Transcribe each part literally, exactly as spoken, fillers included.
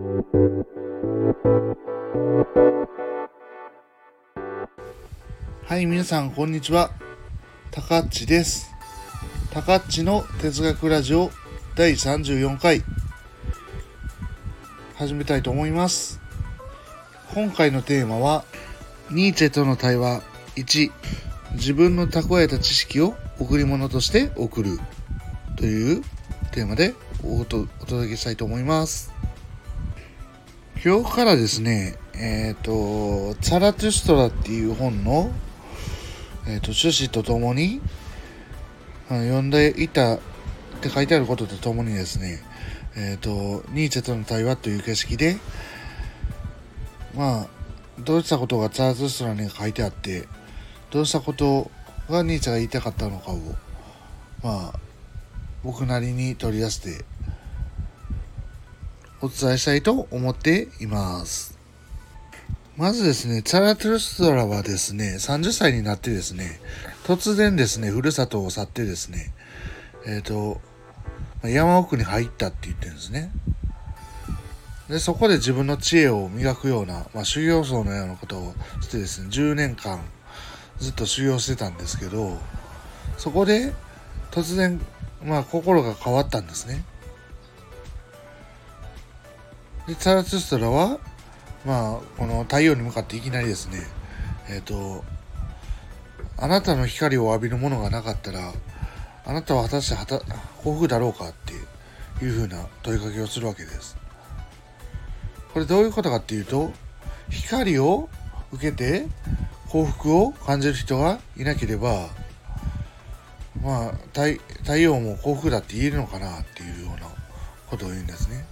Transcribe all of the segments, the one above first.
はい、皆さんこんにちは。たかっちです。たかっちの哲学ラジオだいさんじゅうよんかい始めたいと思います。今回のテーマはニーチェとの対話いち、自分の蓄えた知識を贈り物として贈るというテーマで お, とお届けしたいと思います。今日からですね、えっ、ー、とザラトゥストラっていう本の、えー、と趣旨とともに読んでいたって書いてあることとともにですね、えっ、ー、とニーチェとの対話という形式で、まあどうしたことがザラトゥストラに書いてあって、どうしたことがニーチェが言いたかったのかを、まあ僕なりに取り出してお伝えしたいと思っています。まずですね、ザラトゥストラはですね、さんじゅっさいになってですね、突然ですね、ふるさとを去ってですね、えっと、山奥に入ったって言ってるんですね。で、そこで自分の知恵を磨くような、まあ、修行僧のようなことをしてですね、じゅうねんかんずっと修行してたんですけど、そこで突然、まあ、心が変わったんですね。で、ザラトゥストラは、まあ、この太陽に向かっていきなりですね、えっと、あなたの光を浴びるものがなかったら、あなたは果たしてはた幸福だろうかっていうふうな問いかけをするわけです。これどういうことかっていうと、光を受けて幸福を感じる人がいなければ、まあ 太, 太陽も幸福だって言えるのかなっていうようなことを言うんですね。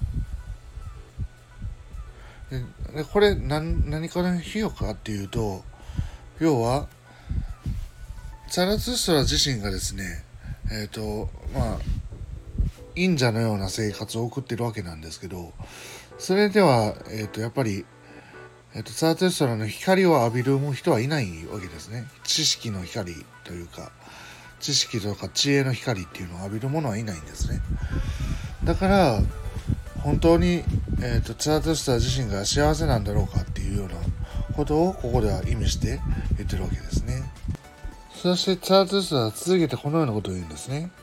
でこれ 何, 何かの費用かっていうと、要はザラトゥストラ自身がですね、えっ、ー、とまあ忍者のような生活を送ってるわけなんですけど、それでは、えー、とやっぱり、えー、とザラトゥストラの光を浴びる人はいないわけですね。知識の光というか、知識とか知恵の光っていうのを浴びる者はいないんですね。だから本当に、えー、とザラトゥストラ自身が幸せなんだろうかっていうようなことをここでは意味して言ってるわけですね。そしてザラトゥストラは続けてこのようなことを言うんですね。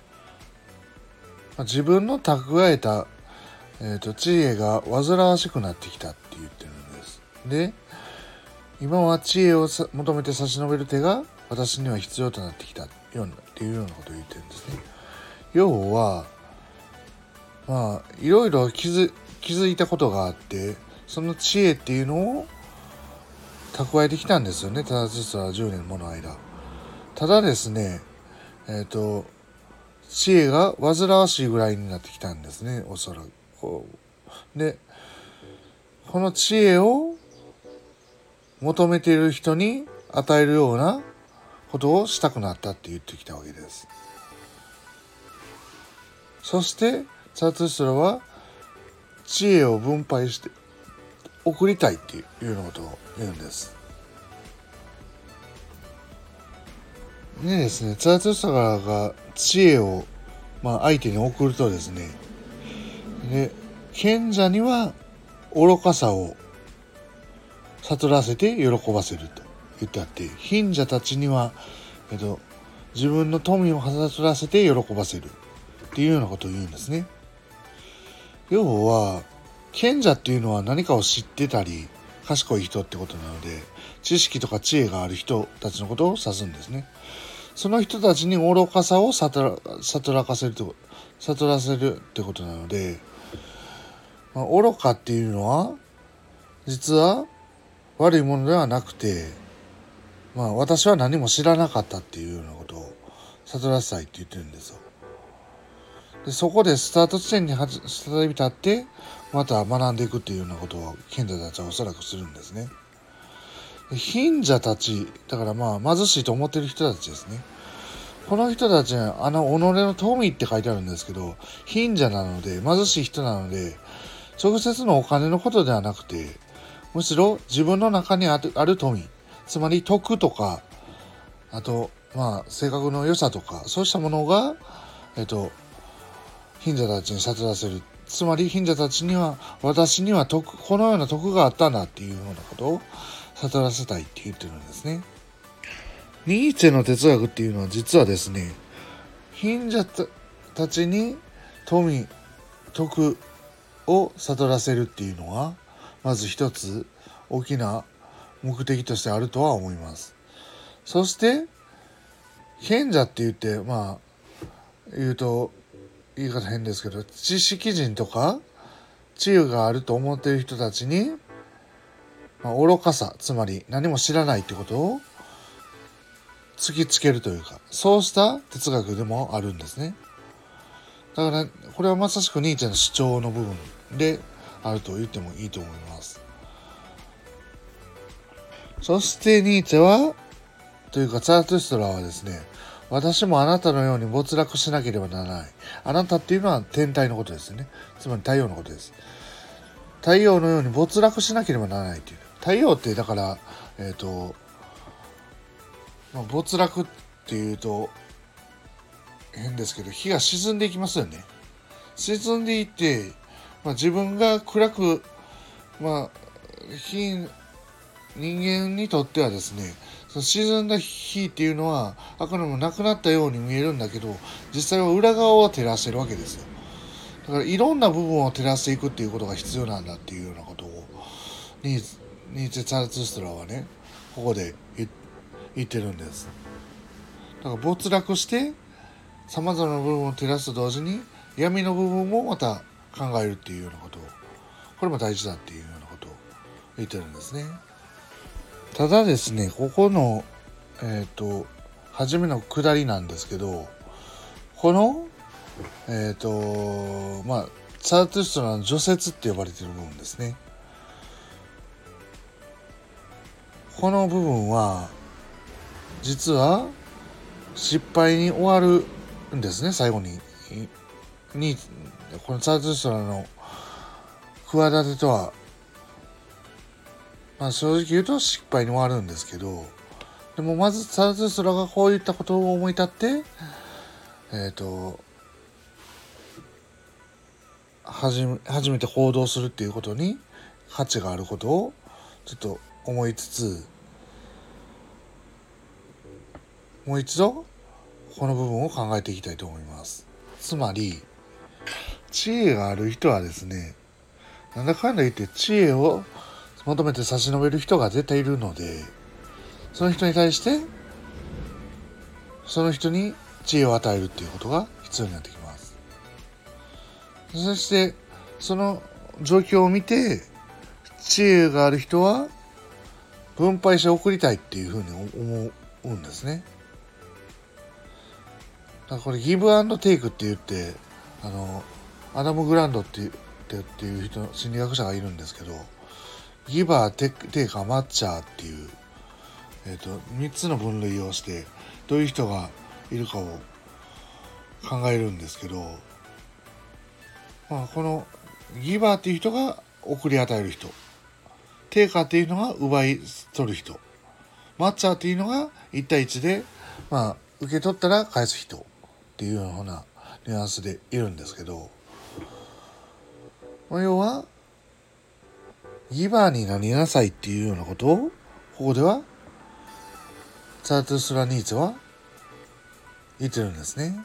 自分の蓄えた、えー、と知恵が煩わしくなってきたって言ってるんです。で、今は知恵を求めて差し伸べる手が私には必要となってきたようなっていうようなことを言ってるんですね。要はまあいろいろ気づ、気づいたことがあって、その知恵っていうのを蓄えてきたんですよね。ただ実はじゅうねんもの間。ただですね、えっ、ー、と知恵が煩わしいぐらいになってきたんですね、おそらく。で、この知恵を求めている人に与えるようなことをしたくなったって言ってきたわけです。そしてザラトゥストラは知恵を分配して送りたいっていうようなことを言うんです。でですね、ザラトゥストラが知恵を、まあ、相手に送るとですね、で賢者には愚かさを悟らせて喜ばせると言ってあって、貧者たちには、えっと、自分の富を悟らせて喜ばせるっていうようなことを言うんですね。要は賢者っていうのは何かを知ってたり賢い人ってことなので、知識とか知恵がある人たちのことを指すんですね。その人たちに愚かさを悟ら、悟らかせると悟らせるってことなので、まあ、愚かっていうのは実は悪いものではなくて、まあ私は何も知らなかったっていうようなことを悟らせたいって言ってるんですよ。でそこでスタート地点に再び立ってまた学んでいくっていうようなことを賢者たちはおそらくするんですね。で貧者たちだから、まあ貧しいと思っている人たちですね。この人たちはあの己の富って書いてあるんですけど、貧者なので貧しい人なので直接のお金のことではなくて、むしろ自分の中にある、ある富、つまり徳とか、あとまあ性格の良さとか、そうしたものがえっと貧者たちに悟らせるつまり貧者たちには、私には徳このような徳があったんだっていうようなことを悟らせたいって言ってるんですね。ニーチェの哲学っていうのは実はですね、貧者たちに富、徳を悟らせるっていうのがまず一つ大きな目的としてあるとは思います。そして賢者って言ってまあ言うと言い方変ですけど、知識人とか知恵があると思っている人たちに、まあ、愚かさ、つまり何も知らないってことを突きつけるというか、そうした哲学でもあるんですね。だからこれはまさしくニーチェの主張の部分であると言ってもいいと思います。そしてニーチェはというかザラトゥストラはですね、私もあなたのように没落しなければならない。あなたっていうのは天体のことですね。つまり太陽のことです。太陽のように没落しなければならないっていう。太陽ってだからえっ、ー、と、まあ、没落っていうと変ですけど、日が沈んでいきますよね。沈んでいって、まあ、自分が暗く、まあ、日人間にとってはですね、その沈んだ火っていうのはあくまでもなくなったように見えるんだけど、実際は裏側を照らしてるわけですよ。だからいろんな部分を照らしていくっていうことが必要なんだっていうようなことをニーニーチェ・ザラトゥストラはね、ここで言ってるんです。だから没落してさまざまな部分を照らすと同時に闇の部分もまた考えるっていうようなことを、これも大事だっていうようなことを言ってるんですね。ただですね、ここのえっ、ー、と初めの下りなんですけど、このえっ、ー、とまあザラトゥストラの除雪って呼ばれている部分ですね。この部分は実は失敗に終わるんですね。最後ににこのザラトゥストラの企てとは、まあ、正直言うと失敗に終わるんですけど、でもまずザラトゥストラがこういったことを思い立ってえっ、ー、と初め初めて行動するっていうことに価値があることをちょっと思いつつ、もう一度この部分を考えていきたいと思います。つまり知恵がある人はですね、なんだかんだ言って知恵を求めて差し伸べる人が絶対いるので、その人に対してその人に知恵を与えるっていうことが必要になってきます。そしてその状況を見て知恵がある人は分配して送りたいっていうふうに思うんですね。だからこれギブアンドテイクって言って、あのアダム・グランドっていう、っていう人心理学者がいるんですけど、ギバー、テイカー、マッチャーっていう、えーと、みっつの分類をしてどういう人がいるかを考えるんですけど、まあ、このギバーっていう人が送り与える人、テイカーっていうのが奪い取る人、マッチャーっていうのがいち対いちで、まあ、受け取ったら返す人っていうようなニュアンスでいるんですけど、要はギバーになりなさいっていうようなことをここではザラトゥストラ・ニーチェは言ってるんですね。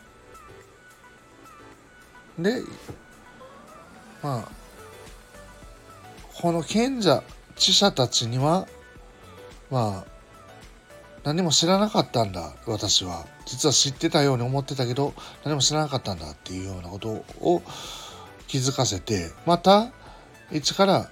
で、まあこの賢者知者たちにはまあ何も知らなかったんだ、私は実は知ってたように思ってたけど何も知らなかったんだっていうようなことを気づかせて、また一から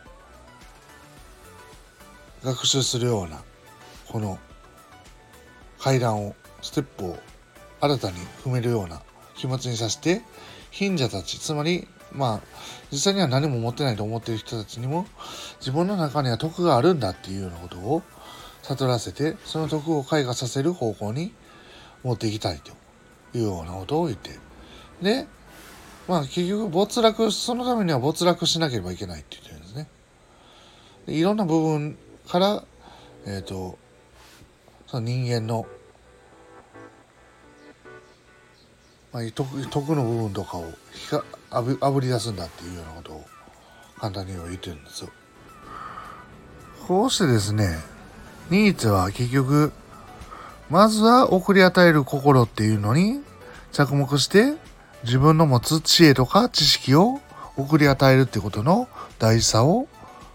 学習するようなこの階段をステップを新たに踏めるような気持ちにさせて、貧者たち、つまりまあ実際には何も持ってないと思っている人たちにも自分の中には徳があるんだっていうようなことを悟らせて、その徳を開花させる方向に持っていきたいというようなことを言って、でまあ結局没落、そのためには没落しなければいけないって言ってるんですね。でいろんな部分からえっ、ー、とその人間のまあ、徳, 徳の部分とかをあぶあぶり出すんだっていうようなことを簡単に言ってるんですよ。こうしてですね、ニーツェは結局まずは送り与える心っていうのに着目して自分の持つ知恵とか知識を送り与えるってことの大事さを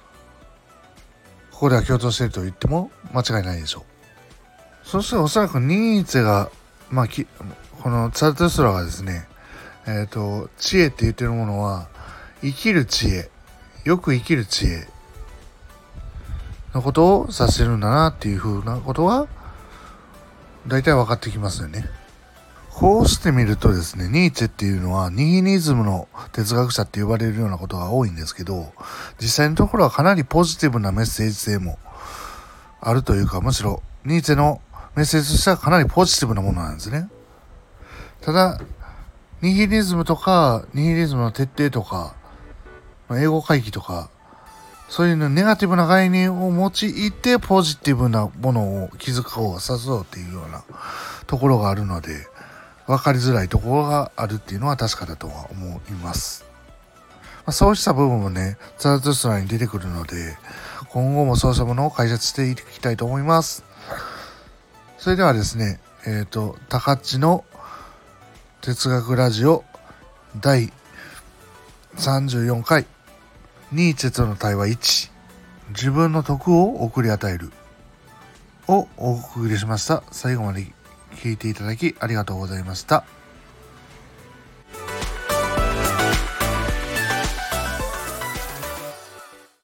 ここでは強調していると言っても間違いないでしょう。そしておそらくニーツェがまあきこのザラトゥストラがですね、えっと知恵って言ってるものは生きる知恵、よく生きる知恵のことを指してるんだなっていうふうなことは大体分かってきますよね。こうしてみるとですね、ニーチェっていうのはニヒニズムの哲学者って呼ばれるようなことが多いんですけど、実際のところはかなりポジティブなメッセージ性もあるというか、むしろニーチェのメッセージとしてはかなりポジティブなものなんですね。ただニヒリズムとかニヒリズムの徹底とか英語回帰とかそういうのネガティブな概念を用いてポジティブなものを築こうを指そうっていうようなところがあるので、分かりづらいところがあるっていうのは確かだとは思います。まあ、そうした部分もねザラトゥストラに出てくるので、今後もそうしたものを解説していきたいと思います。それではですね、えっと高知の哲学ラジオだいさんじゅうよんかいニーチェとの対話いち、自分の徳を送り与えるをお送りしました。最後まで聞いていただきありがとうございました。